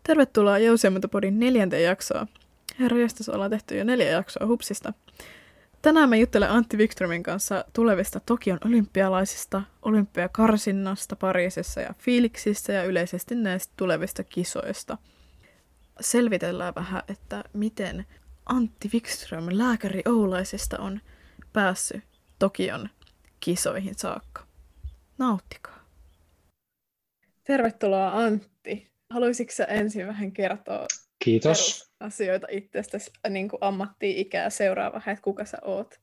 Tervetuloa Jousiammatopodin 4. jaksoa. Herra jästäs, ollaan tehty jo 4 jaksoa hupsista. Tänään mä juttelen Antti Wikströmin kanssa tulevista Tokion olympialaisista, olympiakarsinnasta Pariisissa ja fiiliksistä ja yleisesti näistä tulevista kisoista. Selvitellään vähän, että miten Antti Wikström lääkäri Oulaisista on päässyt Tokion kisoihin saakka. Nauttikaa. Tervetuloa Antti. Haluaisitko sä ensin vähän kertoa Kiitos. Asioita itsestäsi niin kuin ammattiin-ikää seuraava, että kuka sä oot?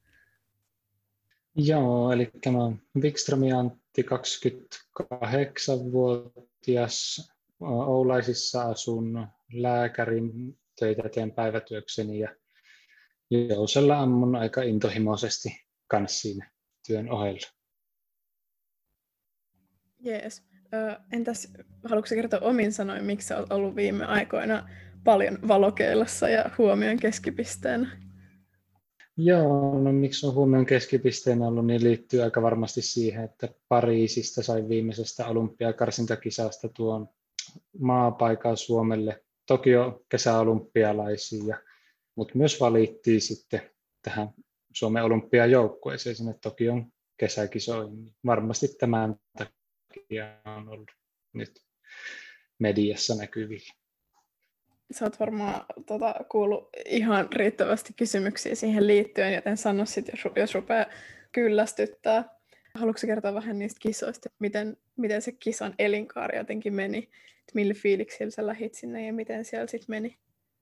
Joo, eli mä oon Wikström Antti, 28-vuotias. Oulaisissa asun lääkärin töitä teen päivätyökseni ja Jousella ammun aika intohimoisesti kans siinä työn ohella. Jees. Entäs haluatko kertoa omin sanoin, miksi sä oot ollut viime aikoina paljon valokeilassa ja huomion keskipisteenä? Joo, no miksi on huomion keskipisteenä ollut, niin liittyy aika varmasti siihen, että Pariisista sai viimeisestä olympiakarsintakisasta tuon maapaikan Suomelle Tokio kesäolympialaisiin, mutta myös valittiin sitten tähän Suomen olympiajoukkueeseen sinne Tokion kesäkisoihin. Varmasti tämän takia on ollut nyt mediassa näkyvillä. Sä oot varmaan kuullut ihan riittävästi kysymyksiä siihen liittyen, joten sano sitten, jos rupeaa kyllästyttää. Haluatko kertoa vähän niistä kisoista, miten se kisan elinkaari jotenkin meni? Että millä fiiliksillä sä lähit sinne ja miten siellä sitten meni?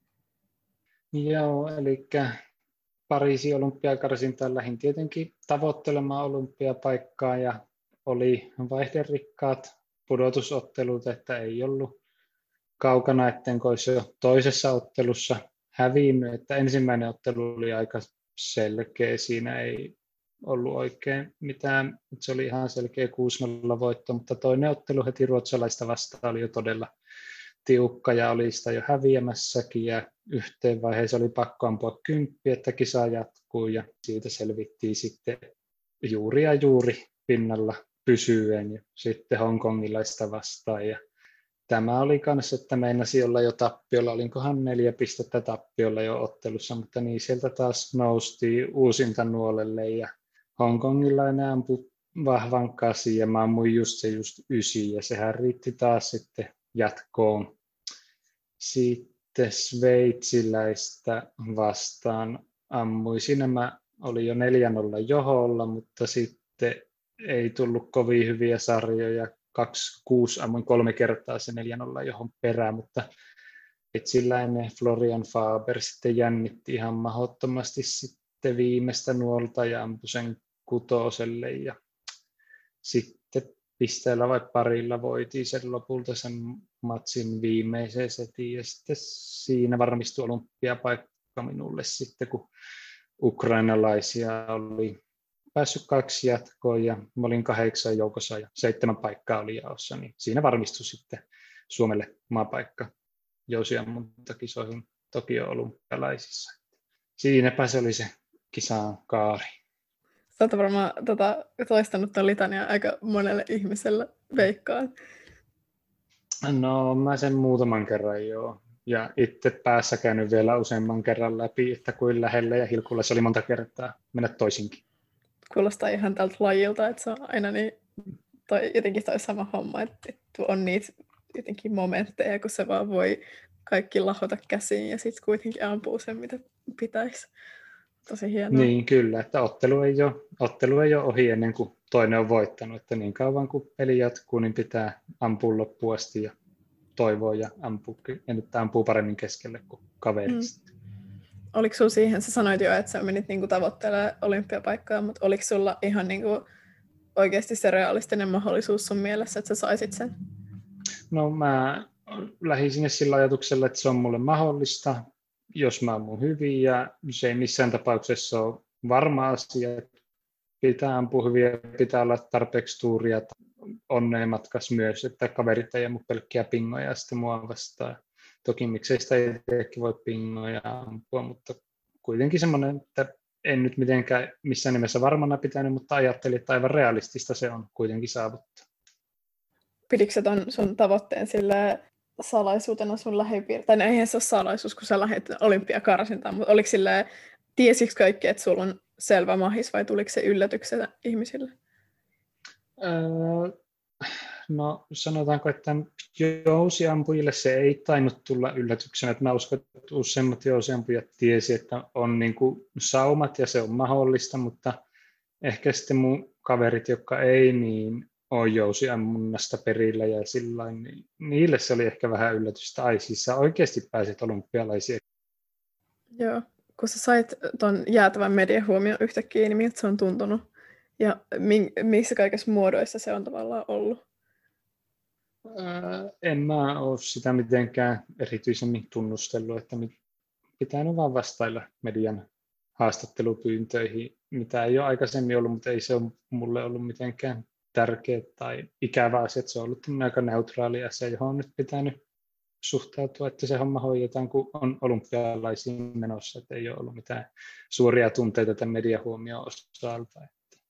Joo, eli Pariisin olympiakarsintaan lähdin tietenkin tavoittelemaan olympiapaikkaa ja oli vaihderikkaat pudotusottelut, että ei ollut kaukana, ettenkö olisi jo toisessa ottelussa hävinnyt, että ensimmäinen ottelu oli aika selkeä, siinä ei ollut oikein mitään, se oli ihan selkeä 6-0 voitto, mutta toinen ottelu heti ruotsalaista vastaan oli jo todella tiukka ja oli sitä jo häviämässäkin ja yhteen vaiheessa oli pakko ampua 10, että kisa jatkuu ja siitä selvittiin sitten juuri ja juuri pinnalla pysyen ja sitten hongkongilaista vastaan ja tämä oli kanssa, että meinasi olla jo tappiolla, olinkohan 4 pistettä tappiolla jo ottelussa, mutta niin sieltä taas noustiin uusinta nuolelle ja hongkongilainen ampui vahvan 8 ja mä ammuin just 9 ja sehän riitti taas sitten jatkoon. Sitten sveitsiläistä vastaan ammuin. Siinä mä olin jo 4-0 joholla, mutta sitten ei tullut kovin hyviä sarjoja. 2-6 ammuin 3 kertaa se 4-0 johon perään, mutta sveitsiläinen Florian Faber sitten jännitti ihan mahdottomasti sitten viimeistä nuolta ja ampui sen 6 ja sitten pisteellä vai parilla voitiin sen lopulta sen matsin viimeiseen setin ja sitten siinä varmistui olympiapaikka minulle sitten, kun ukrainalaisia oli päässyt 2 jatkoon ja mä olin 8 joukossa ja 7 paikkaa oli jaossa, niin siinä varmistui sitten Suomelle maapaikka jousiammuntakisoihin Tokio olympialaisissa. Siinäpä se oli se kisan kaari. Sä oot varmaan toistanut ton litania aika monelle ihmiselle, veikkaan. No mä sen muutaman kerran joo. Ja itse päässä käynyt vielä useamman kerran läpi, että kuin lähellä ja Hilkulla se oli monta kertaa mennä toisinkin. Kuulostaa ihan tältä lajilta, että se on aina niin, jotenkin toi sama homma, että on niitä jotenkin momentteja, kun se vaan voi kaikki lahota käsiin ja sitten kuitenkin ampuu sen, mitä pitäisi. Tosi hienoa. Niin kyllä, että ottelu ei ole ohi ennen kuin toinen on voittanut, että niin kauan kuin peli jatkuu, niin pitää ampua loppuun asti ja toivoa ja ampuu paremmin keskelle kuin kaverista. Oliko sinulla siihen, sä sanoit jo, että sä menit niinku tavoittelemaan olympiapaikkaa, mutta oliko sulla ihan niinku oikeasti se realistinen mahdollisuus sun mielessä, että sä saisit sen? No mä lähdin sinne sillä ajatuksella, että se on mulle mahdollista, jos mä ammun hyvin ja se ei missään tapauksessa ole varma asia, että pitää ampua hyvin ja pitää olla tarpeeksi tuuria onneen matkas myös, että kaverit ei ammu pelkkiä pingoja sitten mua vastaan. Toki miksei sitä itsekin voi pingoja ampua, mutta kuitenkin semmoinen, että en nyt mitenkään missään nimessä varmana pitänyt, mutta ajattelin, että aivan realistista se on kuitenkin saavuttaa. Pidikö sä ton sun tavoitteen sillä salaisuutena sun lähipiiri? Tai no eihän se ole salaisuus, kun sä lähdet olympiakarsintaan, mutta oliko silleen, tiesikö kaikki, että sulla on selvä mahis vai tuliko se yllätyksenä ihmisille? No sanotaanko, että jousiampujille se ei tainnut tulla yllätyksenä. Että mä uskon, että useimmat jousiampujat tiesi, että on niin kuin saumat ja se on mahdollista, mutta ehkä sitten mun kaverit, jotka ei niin ole jousiammunnasta perillä ja sillain, niin niille se oli ehkä vähän yllätystä. Ai siis sä oikeasti pääsit olympialaisiin. Joo, kun sä sait ton jäätävän median huomioon yhtäkkiä, niin miltä se on tuntunut? Ja missä kaikissa muodoissa se on tavallaan ollut? En mä ole sitä mitenkään erityisemmin tunnustellut, että pitää vaan vastailla median haastattelupyyntöihin, mitä ei ole aikaisemmin ollut, mutta ei se ole mulle ollut mitenkään tärkeä tai ikävä asia, että se on ollut aika neutraali asia, johon on nyt pitänyt suhtautua, että se homma hoidetaan, kun on olympialaisiin menossa, että ei ole ollut mitään suoria tunteita tämän mediahuomioon osalta.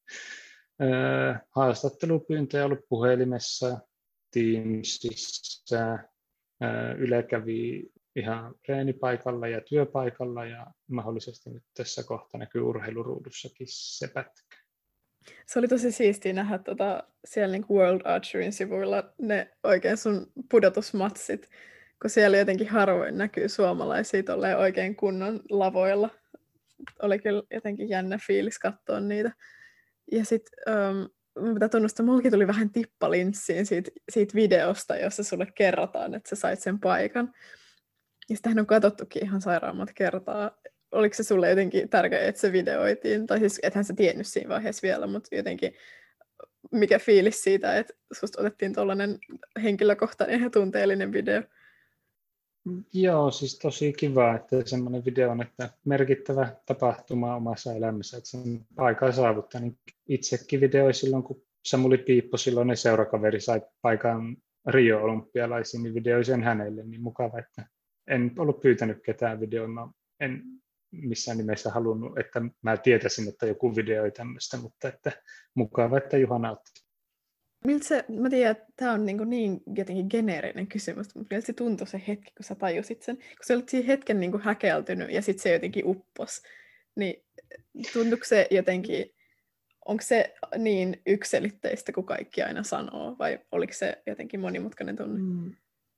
Haastattelupyyntöjä on ollut puhelimessa, Teamsissa, Yle kävi ihan treenipaikalla ja työpaikalla ja mahdollisesti nyt tässä kohta näkyy urheiluruudussakin se pätkä. Se oli tosi siistiä nähdä siellä niin World Archerin sivuilla ne oikein sun pudotusmatsit, kun siellä jotenkin harvoin näkyy suomalaisia oikein kunnon lavoilla. Oli kyllä jotenkin jännä fiilis katsoa niitä. Ja sitten pitää tunnustaa, mullakin tuli vähän tippalinssiin siitä videosta, jossa sulle kerrotaan, että sä sait sen paikan. Ja sitähän on katsottukin ihan sairaammat kertaa. Oliko se sulle jotenkin tärkeää, että se videoitiin? Tai siis ethän sä tiennyt siinä vaiheessa vielä, mutta jotenkin mikä fiilis siitä, että susta otettiin tollainen henkilökohtainen ja tunteellinen video? Joo, siis tosi kiva, että semmoinen video on, että merkittävä tapahtuma omassa elämässä, että sen paikan saavuttaa. Niin itsekin videoi silloin, kun Samuli Piippo, silloinen seurakaveri, sai paikan Rio-olympialaisiin, niin videoi sen hänelle. Niin mukava, että en ollut pyytänyt ketään videoimaan. En missään nimessä halunnut, että mä tietäisin, että joku videoi tämmöistä, mutta että mukava, että Juhana otti. Miltä se, mä tiedän, että tämä on niin jotenkin geneerinen kysymys, mutta miltä se tuntui se hetki, kun sä tajusit sen? Kun sä olit siinä hetken niin kuin häkeltynyt ja sitten se jotenkin uppos, niin tuntuuko se jotenkin, onko se niin yksiselitteistä kuin kaikki aina sanoo, vai oliko se jotenkin monimutkainen tunne?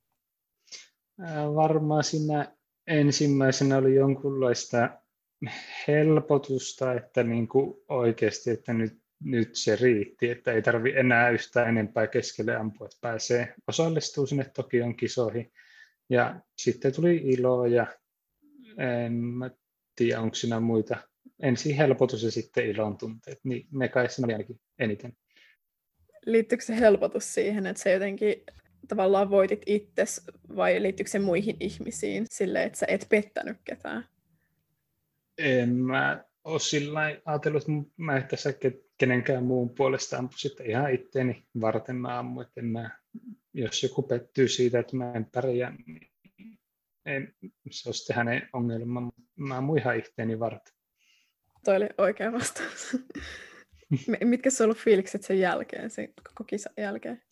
Varmaan siinä ensimmäisenä oli jonkunlaista helpotusta, että niin kuin oikeasti, että nyt se riitti, että ei tarvitse enää yhtään enempää keskelle ampua, että pääsee osallistumaan sinne Tokion kisoihin. Ja sitten tuli ilo ja en mä tiedä, onko siinä muita. Ensin helpotus ja sitten ilon tunteet, niin ne kai siinä oli ainakin eniten. Liittyykö se helpotus siihen, että se jotenkin tavallaan voitit itses vai liittyykö se muihin ihmisiin silleen, että sä et pettänyt ketään? En mä ole sillä ajatellut, että mä en tässä kenenkään muun puolesta ampu sitten ihan itteeni varten mä ammun, että jos joku pettyy siitä, että mä en pärjää, niin se on sitten hänen ongelma. Mä ammun ihan itteeni varten. Toi oli oikea vastaus. Mitkä se on ollut fiilikset sen jälkeen, sen koko kisan jälkeen?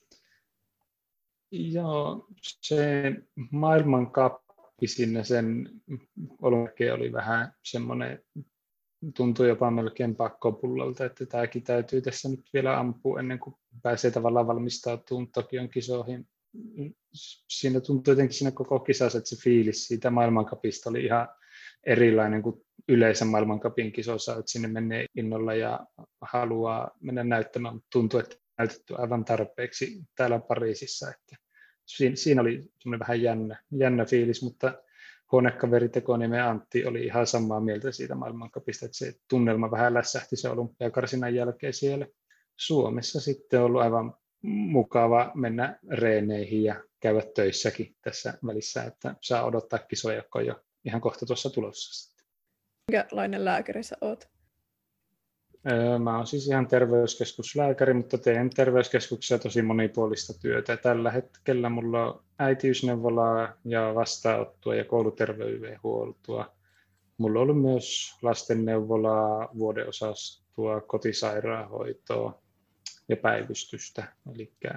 Joo, se maailmankappi sinne sen olympiin oli vähän semmoinen, tuntui jopa melkein pakkopullalta, että tämäkin täytyy tässä nyt vielä ampua ennen kuin pääsee tavallaan valmistautumaan Tokion kisoihin. Siinä tuntui jotenkin siinä koko kisassa, että se fiilis siitä maailmankapista oli ihan erilainen kuin yleisen maailmankapin kisossa, että sinne menee innolla ja haluaa mennä näyttämään, mutta tuntuu, että näytetty aivan tarpeeksi täällä Pariisissa. Että siinä oli semmoinen vähän jännä fiilis, mutta huonekaveri Tekonimen Antti oli ihan samaa mieltä siitä maailmankapista, että se tunnelma vähän lässähti se olympiakarsinnan jälkeen siellä. Suomessa sitten on ollut aivan mukava mennä reeneihin ja käydä töissäkin tässä välissä, että saa odottaa kisoja, jotka on jo ihan kohta tuossa tulossa. Minkälainen lääkäri sä oot? Mä oon siis ihan terveyskeskuslääkäri, mutta teen terveyskeskuksessa tosi monipuolista työtä. Tällä hetkellä mulla on äitiysneuvolaa ja vastaanottoa ja kouluterveydenhuoltoa. Mulla on ollut myös lastenneuvolaa, vuodeosastoa, kotisairaanhoitoa ja päivystystä. Eli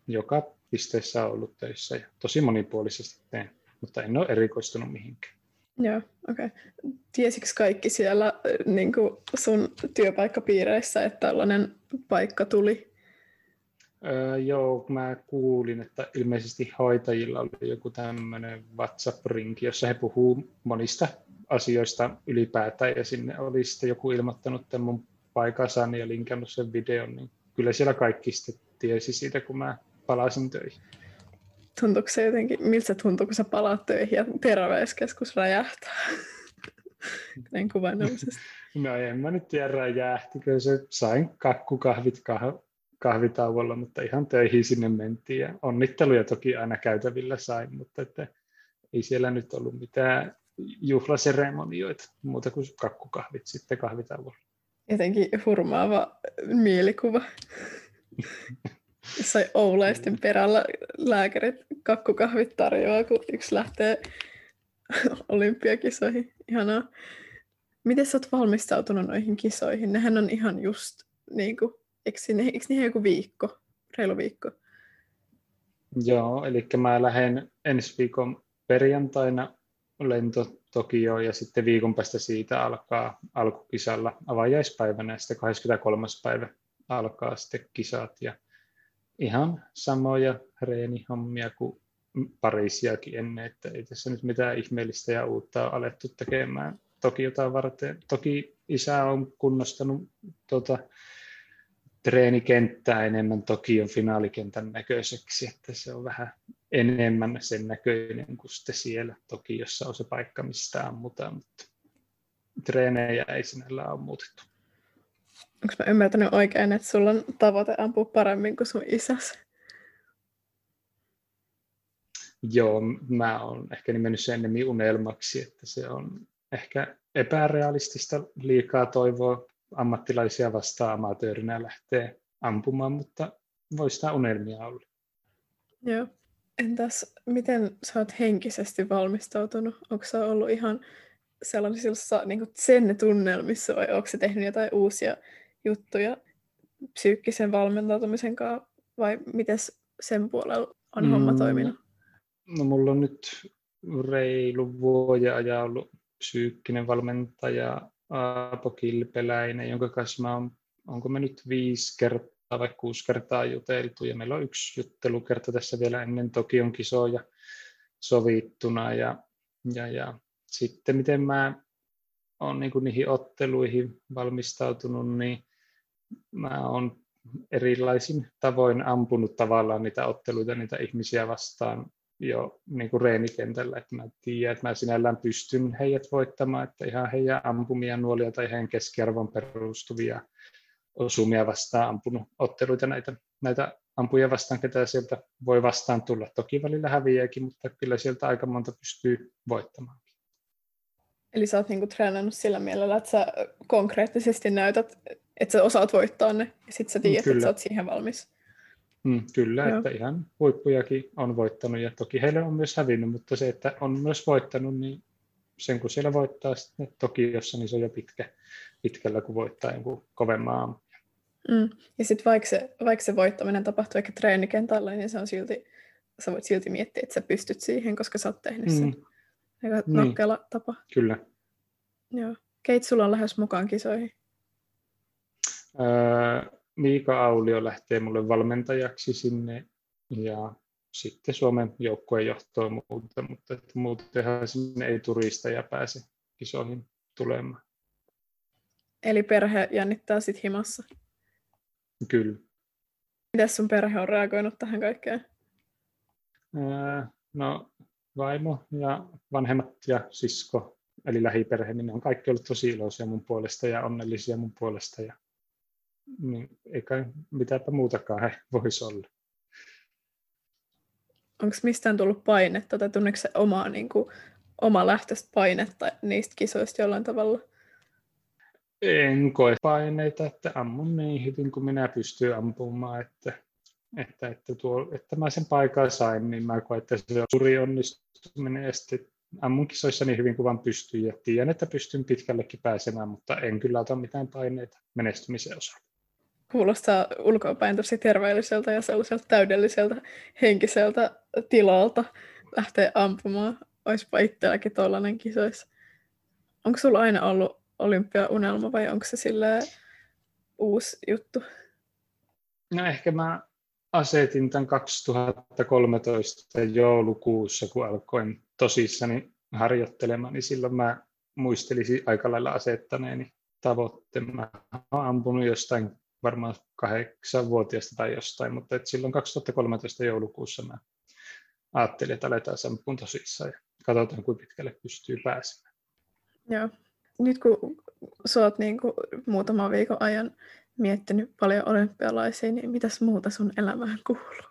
joka pisteessä on ollut töissä ja tosi monipuolisesti teen, mutta en ole erikoistunut mihinkään. Joo, okei. Tiesikö kaikki siellä niin kuin sun työpaikkapiireissä, että tällainen paikka tuli? Joo, mä kuulin, että ilmeisesti hoitajilla oli joku tämmöinen WhatsApp-rinki, jossa he puhuu monista asioista ylipäätään, ja sinne oli sitten joku ilmoittanut tämän mun paikan ja linkannut sen videon, niin kyllä siellä kaikki sitten tiesi siitä, kun mä palasin töihin. Tuntuuko se jotenkin, miltä se tuntuu, kun sä palaat töihin ja terveyskeskus räjähtää? Näin kuvainnollisesti. No en mä nyt tiedä räjähtikö se, sain kakkukahvit kahvitauolla, mutta ihan töihin sinne mentiin ja onnitteluja toki aina käytävillä sain, mutta että ei siellä nyt ollut mitään juhlaseremonioita muuta kuin kakkukahvit sitten kahvitauolla. Jotenkin hurmaava mielikuva. Jossain Oulaisten perällä lääkärit kakkukahvit tarjoaa, kun yksi lähtee olympiakisoihin. Ihanaa. Miten sä oot valmistautunut noihin kisoihin? Nehän on ihan just niin kuin, eikö niihin joku viikko, reilu viikko? Joo, eli mä lähden ensi viikon perjantaina lento Tokioon ja sitten viikon päästä siitä alkaa alkukisalla avajaispäivänä ja sitten 23. päivä alkaa sitten kisat ja ihan samoja reenihommia kuin Pariisiakin ennen, että ei tässä nyt mitään ihmeellistä ja uutta ole alettu tekemään Tokiota varten. Toki isä on kunnostanut treenikenttää enemmän Tokion finaalikentän näköiseksi, että se on vähän enemmän sen näköinen kuin sitten siellä Tokiossa on se paikka, mistä ammutaan, mutta treenejä ei sinällään ole muutettu. Onko mä ymmärtänyt oikein, että sulla on tavoite ampua paremmin kuin sun isäsi? Joo, mä oon ehkä nimennyt sen enemmän unelmaksi, että se on ehkä epärealistista liikaa toivoa ammattilaisia vastaan amatöörinä lähtee ampumaan, mutta voi sitä unelmia olla. Joo. Entäs miten sä oot henkisesti valmistautunut? Onko sä ollut ihan sellaisissa niin zen-tunnelmissa vai onko sä tehnyt jotain uusia juttuja psyykkisen valmentautumisen kanssa vai miten sen puolella on homma toiminut? No mulla on nyt reilu vuoden ajan ollut psyykkinen valmentaja Aapo Kilpeläinen, jonka kanssa mä onko me nyt 5 kertaa vai 6 kertaa juteltu ja meillä on 1 juttelukerta tässä vielä ennen Tokion kisoja sovittuna ja sitten miten mä oon niin kuin niihin otteluihin valmistautunut, niin mä oon erilaisin tavoin ampunut tavallaan niitä otteluita, niitä ihmisiä vastaan jo niin kuin reenikentällä, että mä tiedän, että mä sinällään pystyn heidät voittamaan, että ihan heidän ampumia nuolia tai heidän keskiarvon perustuvia osumia vastaan ampunut otteluita näitä ampuja vastaan, ketä sieltä voi vastaan tulla. Toki välillä häviääkin, mutta kyllä sieltä aika monta pystyy voittamaan. Eli sä oot niinku treenannut sillä mielellä, että sä konkreettisesti näytät, että sä osaat voittaa ne, ja sit sä tiedät, että sä oot siihen valmis. Kyllä, joo. Että ihan huippujakin on voittanut, ja toki heille on myös hävinnyt, mutta se, että on myös voittanut, niin sen kun siellä voittaa sitten Tokiossa, niin se on jo pitkällä, kun voittaa jonkun kovemman ampujan. Ja sitten vaikka se voittaminen tapahtuu ehkä treenikentällä, niin se on sä voit silti miettiä, että sä pystyt siihen, koska sä oot tehnyt sen. Aika nokkela tapa. Kyllä. Joo. Keit sulla on lähes mukaan kisoihin? Miika Aulio lähtee mulle valmentajaksi sinne ja sitten Suomen joukkueen johtoon mutta muutenhan sinne ei turisteja pääse kisoihin tulemaan. Eli perhe jännittää sit himassa? Kyllä. Miten sun perhe on reagoinut tähän kaikkeen? No vaimo ja vanhemmat ja sisko, eli lähiperhe, niin ne on kaikki ollut tosi iloisia mun puolesta ja onnellisia mun puolesta. Ja niin eikä mitäänpä muutakaan he voisi olla. Onko mistään tullut painetta tai tunneeko se oma lähtöistä painetta niistä kisoista jollain tavalla? En koe paineita, että ammun niin hyvin kuin minä pystyn ampumaan, että mä sen paikan sain, niin mä koen, että se on suuri onnistuminen ja sitten ammun kisoissa niin hyvin kuin vaan pystyn ja tiedän, että pystyn pitkällekin pääsemään, mutta en kyllä ota mitään paineita menestymisen osalta. Kuulostaa ulkoapäin tosi terveelliseltä ja sellaiselta täydelliseltä henkiseltä tilalta lähteä ampumaan. Oispa itselläkin tollainen kisoissa. Onko sulla aina ollut olympiaunelma vai onko se silleen uusi juttu? No ehkä mä asetin tämän 2013 joulukuussa, kun alkoin tosissani harjoittelemaan, niin silloin mä muistelisin aika lailla asettaneeni tavoitteen. Mä oon ampunut jostain varmaan 8-vuotiaasta tai jostain, mutta silloin 2013 joulukuussa mä ajattelin, että aletaan ampumaan tosissaan ja katsotaan, kuinka pitkälle pystyy pääsemään. Joo. Nyt kun sä oot niinku muutaman viikon ajan miettinyt paljon olympialaisia, niin mitäs muuta sun elämään kuuluu?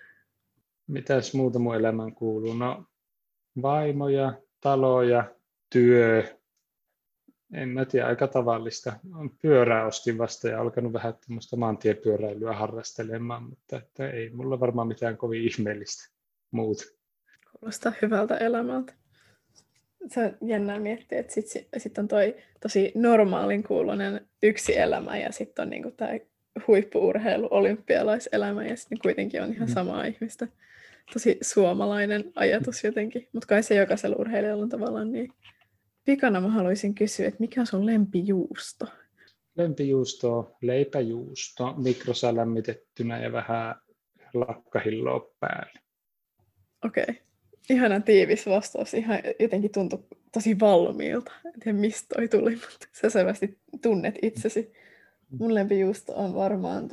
Mitäs muuta mun elämään kuuluu? No vaimoja, taloja, työ. En mä tiedä, aika tavallista. Pyörää ostin vasta ja alkanut vähän tämmöistä maantiepyöräilyä harrastelemaan, mutta että ei mulla varmaan mitään kovin ihmeellistä muuta. Kuulostaa hyvältä elämältä. Se on jännää miettiä, että sit on toi tosi normaalin kuuloinen yksi elämä ja sitten on niinku tämä huippu-urheilu, olympialaiselämä ja sitten kuitenkin on ihan samaa ihmistä. Tosi suomalainen ajatus jotenkin, mutta kai se jokaisella urheilijalla on tavallaan niin. Pikana mä haluaisin kysyä, että mikä on sun lempijuusto? Lempijuusto on leipäjuusto, mikrossa lämmitettynä ja vähän lakkahilloa päälle. Okei. Ihana tiivis vastaus. Ihan jotenkin tuntui tosi valmiilta. En tiedä, mistä toi tuli, mutta sä selvästi tunnet itsesi. Mun lempijuusto on varmaan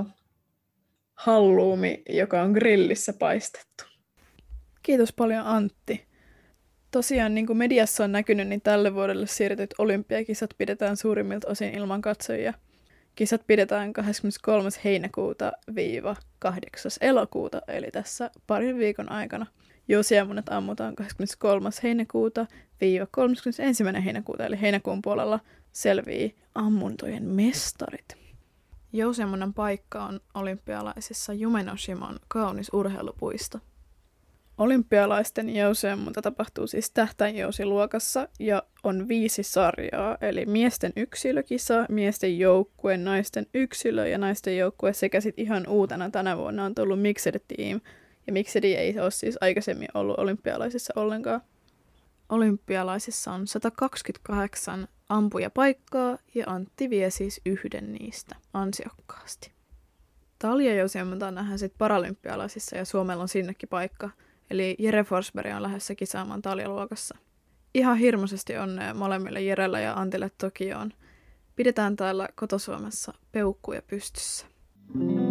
halloumi, joka on grillissä paistettu. Kiitos paljon, Antti. Tosiaan, niin kuin mediassa on näkynyt, niin tälle vuodelle siirretyt olympiakisat pidetään suurimmilta osin ilman katsojia. Kisat pidetään 23. heinäkuuta - 8. elokuuta, eli tässä parin viikon aikana. Jousiammunnat ammutaan 23. heinäkuuta - 31. heinäkuuta, eli heinäkuun puolella selvii ammuntojen mestarit. Jousiammunnan paikka on olympialaisissa Jumenoshimon kaunis urheilupuisto. Olympialaisten jousiammunta tapahtuu siis tähtäinjousiluokassa ja on 5 sarjaa, eli miesten yksilökisa, miesten joukkue, naisten yksilö ja naisten joukkue sekä sitten ihan uutena tänä vuonna on tullut Mixed Team. Ja Mixed ei ole siis aikaisemmin ollut olympialaisissa ollenkaan. Olympialaisissa on 128 ampujapaikkaa ja Antti vie siis yhden niistä ansiokkaasti. Taljajousiammunta nähdään sitten paralympialaisissa ja Suomella on sinnekin paikka. Eli Jere Forsberg on lähdössä kisaamaan taljaluokassa. Ihan hirmuisesti onnea molemmille Jerellä ja Antille Tokioon. Pidetään täällä kotosuomessa peukkuja pystyssä.